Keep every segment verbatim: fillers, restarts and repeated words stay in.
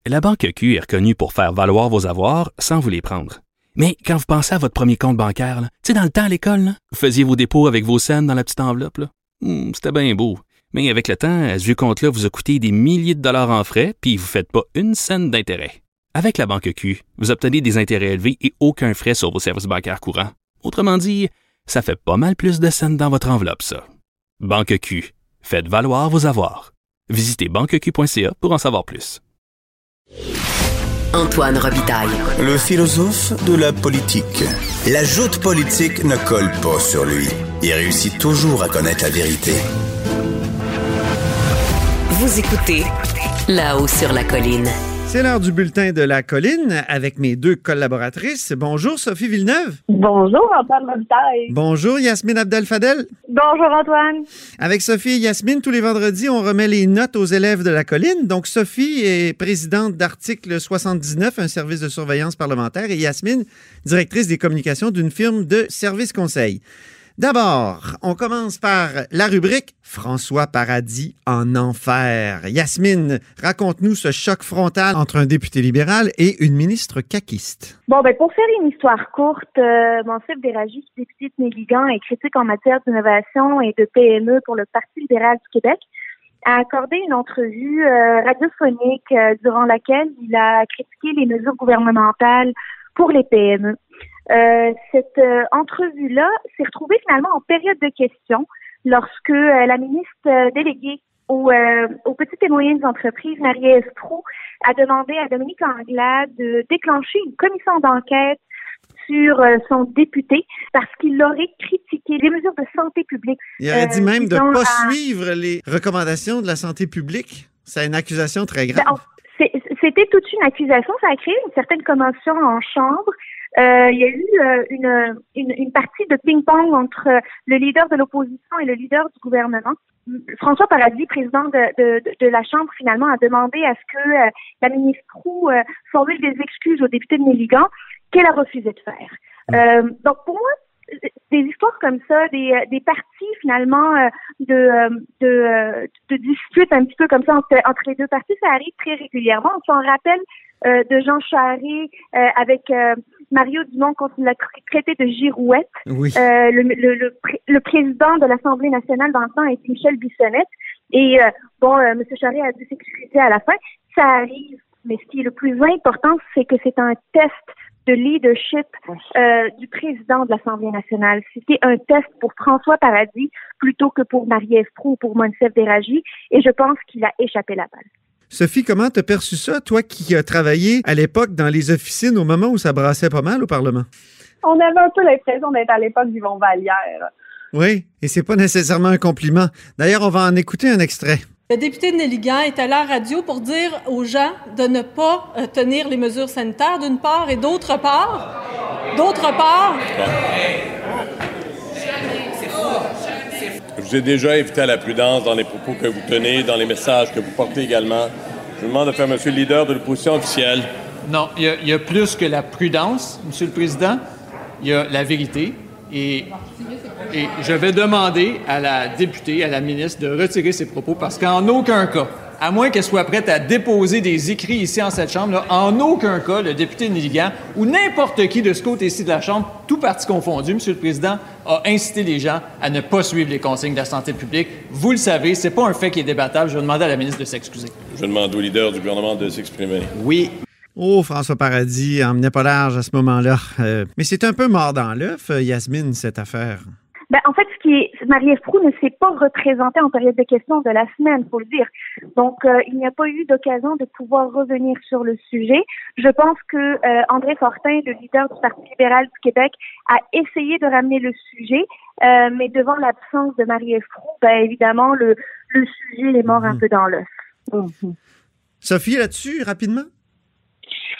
La Banque Q est reconnue pour faire valoir vos avoirs sans vous les prendre. Mais quand vous pensez à votre premier compte bancaire, tu sais, dans le temps à l'école, là, vous faisiez vos dépôts avec vos scènes dans la petite enveloppe. Là. Hum, c'était bien beau. Mais avec le temps, ce vieux compte-là vous a coûté des milliers de dollars en frais, puis vous ne faites pas une scène d'intérêt. Avec la Banque Q, vous obtenez des intérêts élevés et aucun frais sur vos services bancaires courants. Autrement dit, ça fait pas mal plus de scènes dans votre enveloppe, ça. Banque Q. Faites valoir vos avoirs. Visitez banque q point c a pour en savoir plus. Antoine Robitaille. Le philosophe de la politique. La joute politique ne colle pas sur lui. Il réussit toujours à connaître la vérité. Vous écoutez Là-haut sur la colline. C'est l'heure du bulletin de la colline avec mes deux collaboratrices. Bonjour Sophie Villeneuve. Bonjour Antoine Robitaille. Bonjour Yasmine Abdel-Fadel. Bonjour Antoine. Avec Sophie et Yasmine, tous les vendredis, on remet les notes aux élèves de la colline. Donc Sophie est présidente d'Article soixante-dix-neuf, un service de surveillance parlementaire, et Yasmine, directrice des communications d'une firme de services conseil. D'abord, on commence par la rubrique « François Paradis en enfer ». Yasmine, raconte-nous ce choc frontal entre un député libéral et une ministre caquiste. Bon, ben pour faire une histoire courte, euh, Monsef Déragi, député de Néligan et critique en matière d'innovation et de P M E pour le Parti libéral du Québec, a accordé une entrevue euh, radiophonique euh, durant laquelle il a critiqué les mesures gouvernementales pour les P M E. Euh, cette euh, entrevue-là s'est retrouvée finalement en période de questions lorsque euh, la ministre euh, déléguée aux, euh, aux petites et moyennes entreprises, Marie-Ève Proulx, a demandé à Dominique Anglade de déclencher une commission d'enquête sur euh, son député parce qu'il aurait critiqué les mesures de santé publique. Il aurait dit euh, même de ne pas à... suivre les recommandations de la santé publique. C'est une accusation très grave. Ben, c'est, c'était toute une accusation. Ça a créé une certaine commotion en chambre. Euh, il y a eu euh, une, une, une partie de ping-pong entre le leader de l'opposition et le leader du gouvernement. François Paradis, président de, de, de la Chambre, finalement, a demandé à ce que euh, la ministre Proulx euh, formule des excuses au député de Néligan qu'elle a refusé de faire. Euh, donc, pour moi, des histoires comme ça, des, des parties, finalement, euh, de, de, de disputes un petit peu comme ça entre, entre les deux parties, ça arrive très régulièrement. On s'en rappelle euh, de Jean Charest euh, avec euh, Mario Dumont quand il l'a traité de girouette. Oui. Euh, le, le, le, le président de l'Assemblée nationale dans le temps est Michel Bissonnette. Et euh, bon, euh, M. Charest a dû s'excuser à la fin. Ça arrive. Mais ce qui est le plus important, c'est que c'est un test de leadership euh, du président de l'Assemblée nationale. C'était un test pour François Paradis plutôt que pour Marie-Ève Proulx ou pour Monsef Déragi. Et je pense qu'il a échappé la balle. Sophie, comment t'as perçu ça, toi qui as travaillé à l'époque dans les officines au moment où ça brassait pas mal au Parlement? On avait un peu l'impression d'être à l'époque d'Yvon Vallière. Oui, et c'est pas nécessairement un compliment. D'ailleurs, on va en écouter un extrait. Le député de Néligan est allé à la radio pour dire aux gens de ne pas euh, tenir les mesures sanitaires, d'une part, et d'autre part, d'autre part... Je vous ai déjà invité à la prudence dans les propos que vous tenez, dans les messages que vous portez également. Je vous demande de faire, monsieur le leader de l'opposition officielle. Non, il y, y a plus que la prudence, monsieur le président. Il y a la vérité. Et, et je vais demander à la députée, à la ministre, de retirer ses propos parce qu'en aucun cas, à moins qu'elle soit prête à déposer des écrits ici en cette Chambre, là, en aucun cas, le député de Néligan ou n'importe qui de ce côté-ci de la Chambre, tout parti confondu, monsieur le président, a incité les gens à ne pas suivre les consignes de la santé publique. Vous le savez, c'est pas un fait qui est débattable. Je vais demander à la ministre de s'excuser. Je demande au leader du gouvernement de s'exprimer. Oui. Oh, François Paradis en menait pas large à ce moment-là. Euh, mais c'est un peu mort dans l'œuf, Yasmine, cette affaire. Ben, en fait, ce qui est, Marie-Ève Proulx ne s'est pas représentée en période de questions de la semaine, faut le dire. Donc, euh, il n'y a pas eu d'occasion de pouvoir revenir sur le sujet. Je pense que euh, André Fortin, le leader du Parti libéral du Québec, a essayé de ramener le sujet, euh, mais devant l'absence de Marie-Ève Proulx, ben évidemment, le, le sujet est mort mmh. un peu dans l'œuf. Mmh. Sophie, là-dessus, rapidement?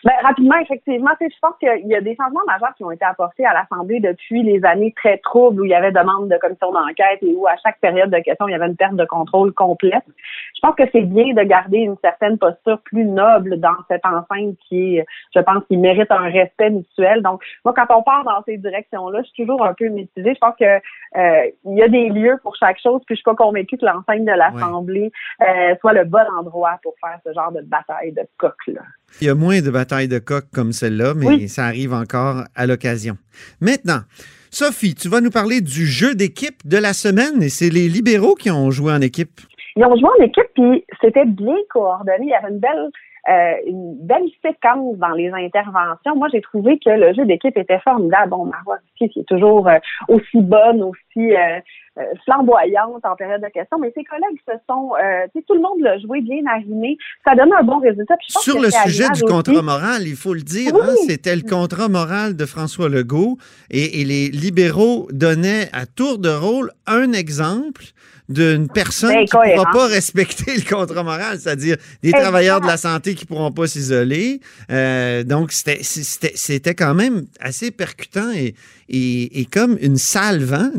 Ben, rapidement, effectivement, je pense qu'il y a des changements majeurs qui ont été apportés à l'Assemblée depuis les années très troubles où il y avait demande de commission d'enquête et où à chaque période de questions, il y avait une perte de contrôle complète. Je pense que c'est bien de garder une certaine posture plus noble dans cette enceinte qui est, je pense, qui mérite un respect mutuel. Donc, moi, quand on part dans ces directions-là, je suis toujours un peu mitigée. Je pense que euh, il y a des lieux pour chaque chose, puis je suis pas convaincue que l'enceinte de l'Assemblée euh, soit le bon endroit pour faire ce genre de bataille de coq-là. Il y a moins de batailles de coq comme celle-là, mais oui, ça arrive encore à l'occasion. Maintenant, Sophie, tu vas nous parler du jeu d'équipe de la semaine et c'est les libéraux qui ont joué en équipe. Ils ont joué en équipe puis c'était bien coordonné. Il y avait une belle euh, une belle séquence dans les interventions. Moi, j'ai trouvé que le jeu d'équipe était formidable. Bon, Marois aussi, qui est toujours euh, aussi bonne, aussi euh, euh, flamboyante en période de questions, mais ses collègues se sont, euh, tu sais, tout le monde l'a joué bien arrimé. Ça donne un bon résultat. Puis je pense Sur que le c'est sujet du aussi. contrat moral, il faut le dire, Oui. hein, c'était le contrat moral de François Legault et, et les libéraux donnaient à tour de rôle un exemple d'une personne qui ne pourra pas respecter le contrat moral, c'est-à-dire des exact. travailleurs de la santé qui ne pourront pas s'isoler. Euh, donc, c'était, c'était, c'était quand même assez percutant et, et, et comme une salve. Hein?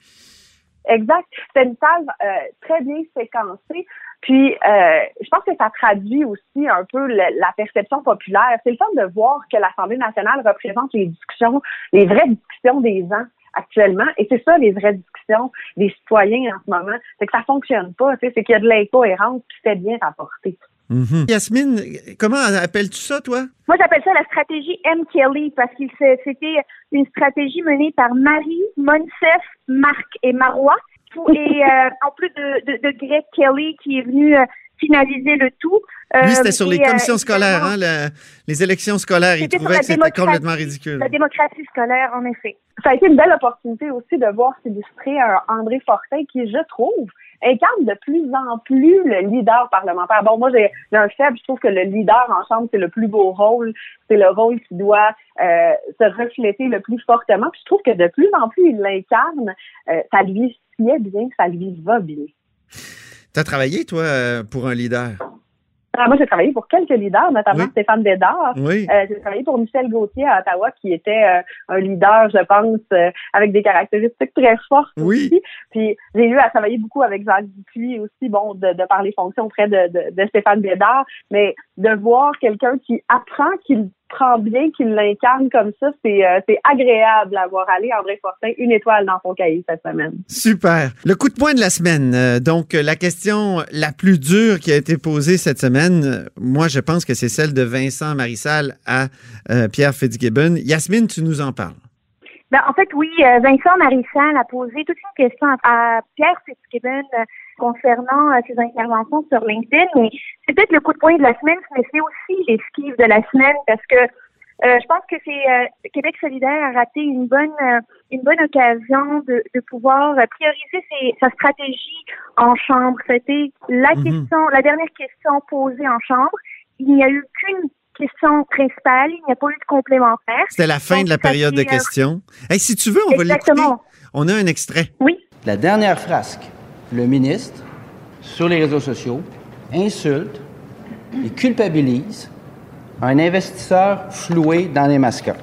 Exact. C'était une salve euh, très bien séquencée. Puis, euh, je pense que ça traduit aussi un peu le, la perception populaire. C'est le fun de voir que l'Assemblée nationale représente les discussions, les vraies discussions des gens actuellement. Et c'est ça, les vraies discussions des citoyens en ce moment. C'est que ça fonctionne pas. C'est qu'il y a de l'incohérence puis c'est bien rapporté. Mm-hmm. Yasmine, comment appelles-tu ça, toi? Moi, j'appelle ça la stratégie M. Kelly parce que c'était une stratégie menée par Marie, Monsef, Marc et Marois. Et euh, en plus de, de, de Greg Kelly qui est venu euh, finaliser le tout. Euh, Lui, c'était sur les commissions euh, scolaires, hein, le, les élections scolaires. Il trouvait que c'était complètement ridicule. La démocratie scolaire, en effet. Ça a été une belle opportunité aussi de voir s'illustrer un André Fortin qui, je trouve, incarne de plus en plus le leader parlementaire. Bon, moi, j'ai, j'ai un faible. Je trouve que le leader en chambre, c'est le plus beau rôle. C'est le rôle qui doit euh, se refléter le plus fortement. Puis je trouve que de plus en plus, il l'incarne. Euh, ça lui sied bien, ça lui va bien. Tu as travaillé, toi, pour un leader? Alors, moi, j'ai travaillé pour quelques leaders, notamment oui. Stéphane Bédard. Oui. Euh, j'ai travaillé pour Michel Gauthier à Ottawa, qui était euh, un leader, je pense, euh, avec des caractéristiques très fortes oui. aussi. Puis, j'ai eu à travailler beaucoup avec Jacques Dupuis aussi, bon, de, de par les fonctions auprès de, de, de Stéphane Bédard. Mais de voir quelqu'un qui apprend, qui prend bien, qui l'incarne comme ça, c'est, euh, c'est agréable à voir aller. André Fortin, une étoile dans son cahier cette semaine. Super. Le coup de poing de la semaine. Euh, donc, la question la plus dure qui a été posée cette semaine, euh, moi, je pense que c'est celle de Vincent Marissal à euh, Pierre Fitzgibbon. Yasmine, tu nous en parles. Ben, en fait, oui, euh, Vincent Marissal a posé toute une question à, à Pierre Fitzgibbon euh, concernant euh, ses interventions sur LinkedIn. Mais c'est peut-être le coup de poing de la semaine, mais c'est aussi l'esquive de la semaine parce que euh, je pense que c'est euh, Québec solidaire a raté une bonne euh, une bonne occasion de, de pouvoir prioriser ses, sa stratégie en chambre. C'était la mm-hmm. question, la dernière question posée en chambre. Il n'y a eu qu'une question principale, il n'y a pas eu de complémentaire. C'était la fin Donc, de la période de questions. Hey, si tu veux, on Exactement. va l'écouter. On a un extrait. Oui. La dernière frasque, le ministre, sur les réseaux sociaux, insulte et culpabilise un investisseur floué dans les mascottes.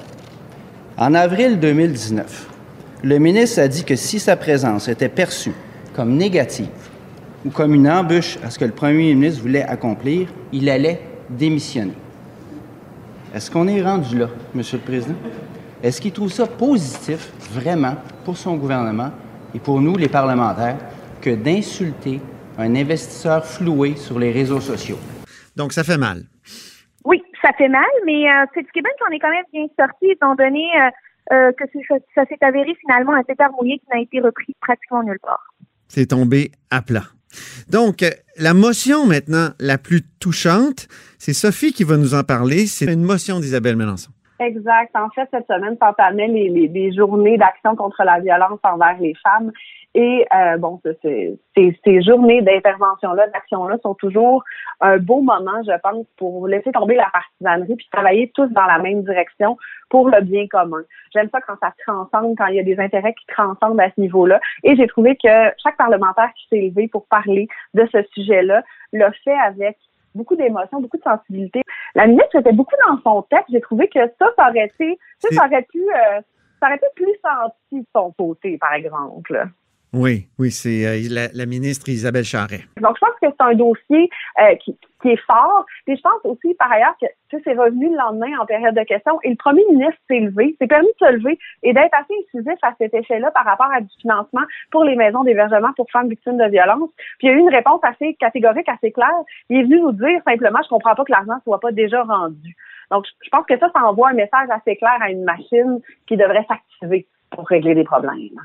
En avril deux mille dix-neuf, le ministre a dit que si sa présence était perçue comme négative ou comme une embûche à ce que le premier ministre voulait accomplir, il allait démissionner. Est-ce qu'on est rendu là, M. le Président? Est-ce qu'il trouve ça positif, vraiment, pour son gouvernement et pour nous, les parlementaires, que d'insulter un investisseur floué sur les réseaux sociaux? Donc, ça fait mal. Oui, ça fait mal, mais euh, Fitzgibbon s'en est quand même bien sorti, étant donné euh, euh, que ça, ça s'est avéré finalement un pétard mouillé qui n'a été repris pratiquement nulle part. C'est tombé à plat. Donc, la motion maintenant la plus touchante, c'est Sophie qui va nous en parler. C'est une motion d'Isabelle Melançon. Exact. En fait, cette semaine s'entamaient les, les, les journées d'action contre la violence envers les femmes. Et euh, bon, c'est, c'est, ces journées d'intervention-là, d'action-là sont toujours un beau moment, je pense, pour laisser tomber la partisanerie puis travailler tous dans la même direction pour le bien commun. J'aime ça quand ça transcende, quand il y a des intérêts qui transcendent à ce niveau-là. Et j'ai trouvé que chaque parlementaire qui s'est élevé pour parler de ce sujet-là l'a fait avec beaucoup d'émotions, beaucoup de sensibilité. La ministre était beaucoup dans son texte. J'ai trouvé que ça, ça aurait été, ça, ça aurait pu, euh, ça aurait été plus senti de son côté, par exemple. Oui, oui, c'est euh, la, la ministre Isabelle Charest. Donc, je pense que c'est un dossier euh, qui, qui est fort. Et je pense aussi, par ailleurs, que tu sais, c'est revenu le lendemain en période de questions. Et le premier ministre s'est levé, s'est permis de se lever et d'être assez incisif à cet effet-là par rapport à du financement pour les maisons d'hébergement pour femmes victimes de violences. Puis il y a eu une réponse assez catégorique, assez claire. Il est venu nous dire simplement, je comprends pas que l'argent soit pas déjà rendu. Donc, je pense que ça, ça envoie un message assez clair à une machine qui devrait s'activer pour régler des problèmes.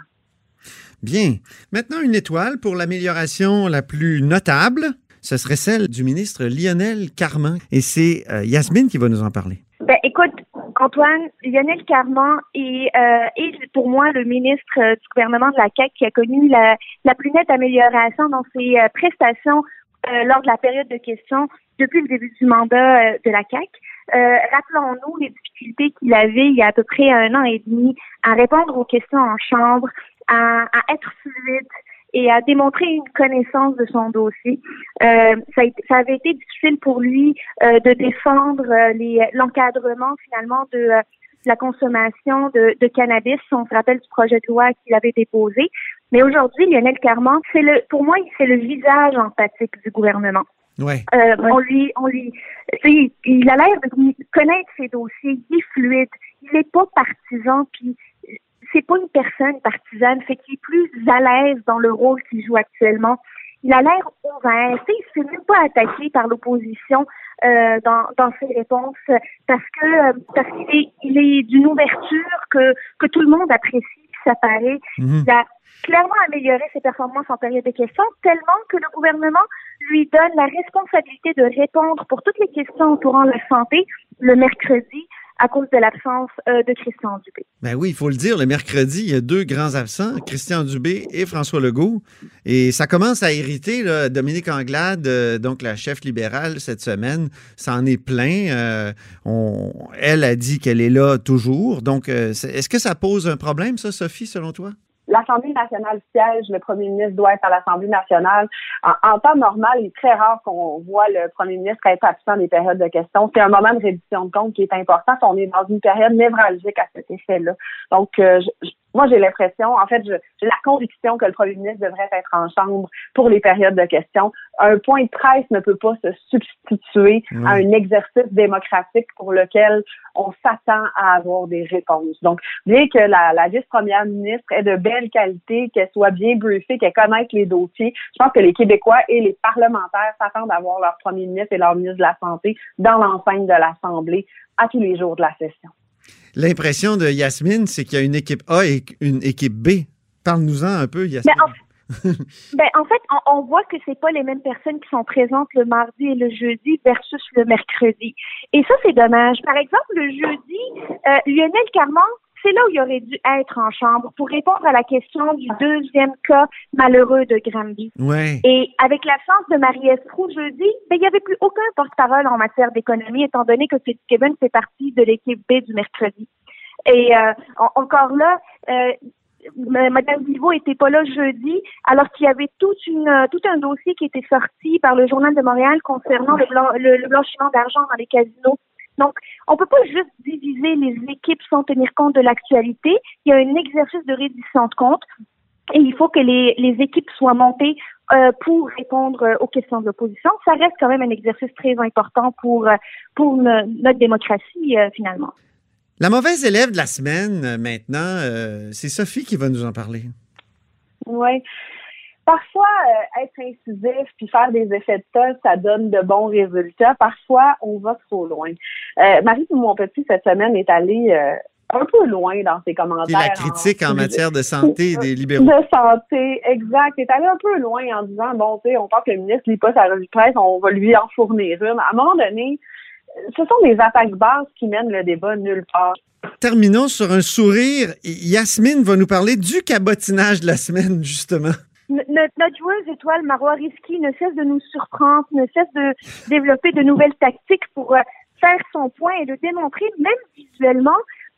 Bien. Maintenant, une étoile pour l'amélioration la plus notable, ce serait celle du ministre Lionel Carman. Et c'est euh, Yasmine qui va nous en parler. Ben, écoute, Antoine, Lionel Carman est, euh, est pour moi le ministre euh, du gouvernement de la C A Q qui a connu la, la plus nette amélioration dans ses euh, prestations euh, lors de la période de questions depuis le début du mandat euh, de la C A Q. Euh, rappelons-nous les difficultés qu'il avait il y a à peu près un an et demi à répondre aux questions en chambre, à, à être fluide et à démontrer une connaissance de son dossier. Euh, ça, a été, ça avait été difficile pour lui euh, de défendre euh, les, l'encadrement finalement de, euh, la consommation de, de cannabis. On se rappelle du projet de loi qu'il avait déposé. Mais aujourd'hui, Lionel Carman, c'est le, pour moi, c'est le visage empathique du gouvernement. Ouais. Euh, on lui, on lui, il, il a l'air de connaître ses dossiers. Il est fluide. Il n'est pas partisan. Puis c'est pas une personne partisane. Fait qu'il est plus à l'aise dans le rôle qu'il joue actuellement. Il a l'air ouvert. Il ne s'est même pas attaqué par l'opposition euh, dans, dans ses réponses parce que parce qu'il est, il est d'une ouverture que que tout le monde apprécie. Ça paraît. Mm-hmm. Il a clairement amélioré ses performances en période de questions, tellement que le gouvernement lui donne la responsabilité de répondre pour toutes les questions entourant la santé le mercredi à cause de l'absence euh, de Christian Dubé. Ben oui, il faut le dire, le mercredi, il y a deux grands absents, Christian Dubé et François Legault. Et ça commence à irriter là, Dominique Anglade, euh, donc la chef libérale cette semaine. Ça en est plein. Euh, on, elle a dit qu'elle est là toujours. Donc, euh, est-ce que ça pose un problème, ça, Sophie, selon toi? L'Assemblée nationale siège, le premier ministre doit être à l'Assemblée nationale. En, en temps normal, il est très rare qu'on voit le premier ministre être absent des périodes de questions. C'est un moment de reddition de comptes qui est important. On est dans une période névralgique à cet effet-là. Donc, euh, je, je, moi, j'ai l'impression, en fait, je, j'ai la conviction que le premier ministre devrait être en chambre pour les périodes de questions. Un point de presse ne peut pas se substituer mmh. à un exercice démocratique pour lequel on s'attend à avoir des réponses. Donc, bien que la, la vice-première ministre ait de belle qualité, qu'elle soit bien briefée, qu'elle connaisse les dossiers, je pense que les Québécois et les parlementaires s'attendent à voir leur premier ministre et leur ministre de la Santé dans l'enceinte de l'Assemblée à tous les jours de la session. L'impression de Yasmine, c'est qu'il y a une équipe A et une équipe B. Parle-nous-en un peu, Yasmine. Ben, en, ben, en fait, on, on voit que c'est pas les mêmes personnes qui sont présentes le mardi et le jeudi versus le mercredi. Et ça, c'est dommage. Par exemple, le jeudi, euh, Lionel Carman, c'est là où il aurait dû être en chambre pour répondre à la question du deuxième cas malheureux de Granby. Ouais. Et avec l'absence de Marie-Ève Proulx jeudi, ben, il n'y avait plus aucun porte-parole en matière d'économie, étant donné que Fitzgibbon fait partie de l'équipe B du mercredi. Et euh, encore là, euh, Mme Guilbeault n'était pas là jeudi, alors qu'il y avait toute une, tout un dossier qui était sorti par le Journal de Montréal concernant le, blanc, le, le blanchiment d'argent dans les casinos. Donc, on peut pas juste diviser les équipes sans tenir compte de l'actualité. Il y a un exercice de reddition de comptes et il faut que les, les équipes soient montées euh, pour répondre euh, aux questions de l'opposition. Ça reste quand même un exercice très important pour, euh, pour ne, notre démocratie, euh, finalement. La mauvaise élève de la semaine, euh, maintenant, euh, c'est Sophie qui va nous en parler. Oui. Parfois, euh, être incisif puis faire des effets de tas, ça donne de bons résultats. Parfois, on va trop loin. Euh, Marie Montpetit, cette semaine, est allée euh, un peu loin dans ses commentaires. Et la critique en, en matière de santé des libéraux. De santé, exact. Elle est allée un peu loin en disant, bon, tu sais, on pense que le ministre lit pas sa revue de presse, on va lui en fournir une. À un moment donné, ce sont des attaques basses qui mènent le débat nulle part. Terminons sur un sourire. Yasmine va nous parler du cabotinage de la semaine, justement. Notre, notre joueuse étoile, Marois Risky, ne cesse de nous surprendre, ne cesse de développer de nouvelles tactiques pour euh, faire son point et le démontrer, même visuellement.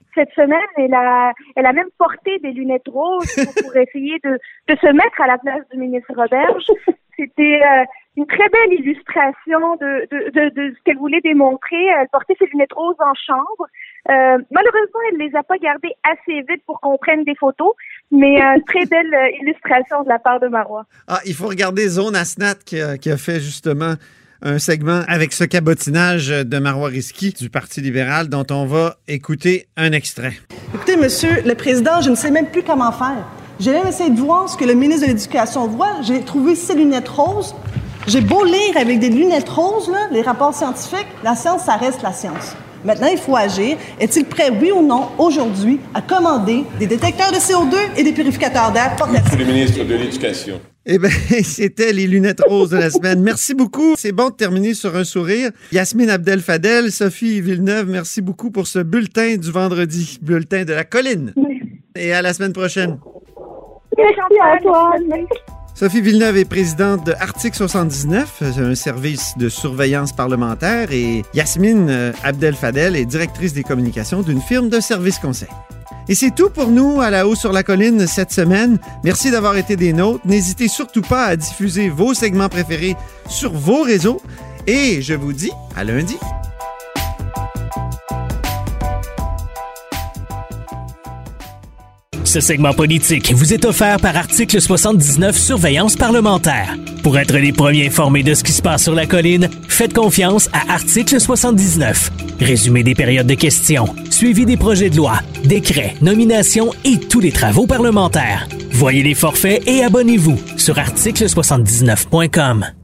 cette semaine, elle a, elle a même porté des lunettes roses pour essayer de, de se mettre à la place du ministre Roberge. C'était euh, une très belle illustration de, de, de, de ce qu'elle voulait démontrer. Elle portait ses lunettes roses en chambre. Euh, malheureusement, elle les a pas gardées assez vite pour qu'on prenne des photos, mais euh, très belle euh, illustration de la part de Marois. Ah, il faut regarder Zone Asnat qui a, qui a fait justement un segment avec ce cabotinage de Marois Risky du Parti libéral dont on va écouter un extrait. Écoutez, monsieur le président, je ne sais même plus comment faire. J'ai même essayé de voir ce que le ministre de l'Éducation voit. J'ai trouvé ces lunettes roses. J'ai beau lire avec des lunettes roses, là, les rapports scientifiques, la science, ça reste la science. Maintenant, il faut agir. Est-il prêt, oui ou non, aujourd'hui, à commander des détecteurs de C O deux et des purificateurs d'air portatifs? Monsieur le ministre de l'Éducation. Eh bien, c'était les lunettes roses de la semaine. Merci beaucoup. C'est bon de terminer sur un sourire. Yasmine Abdel-Fadel, Sophie Villeneuve, merci beaucoup pour ce bulletin du vendredi, bulletin de la colline. Oui. Et à la semaine prochaine. Merci à toi. Sophie Villeneuve est présidente de Article soixante-dix-neuf, un service de surveillance parlementaire, et Yasmine Abdel-Fadel est directrice des communications d'une firme de services conseil. Et c'est tout pour nous à La Haut sur la colline cette semaine. Merci d'avoir été des nôtres. N'hésitez surtout pas à diffuser vos segments préférés sur vos réseaux. Et je vous dis à lundi. Ce segment politique vous est offert par Article soixante-dix-neuf Surveillance parlementaire. Pour être les premiers informés de ce qui se passe sur la colline, faites confiance à Article soixante-dix-neuf. Résumé des périodes de questions, suivi des projets de loi, décrets, nominations et tous les travaux parlementaires. Voyez les forfaits et abonnez-vous sur article soixante-dix-neuf point com.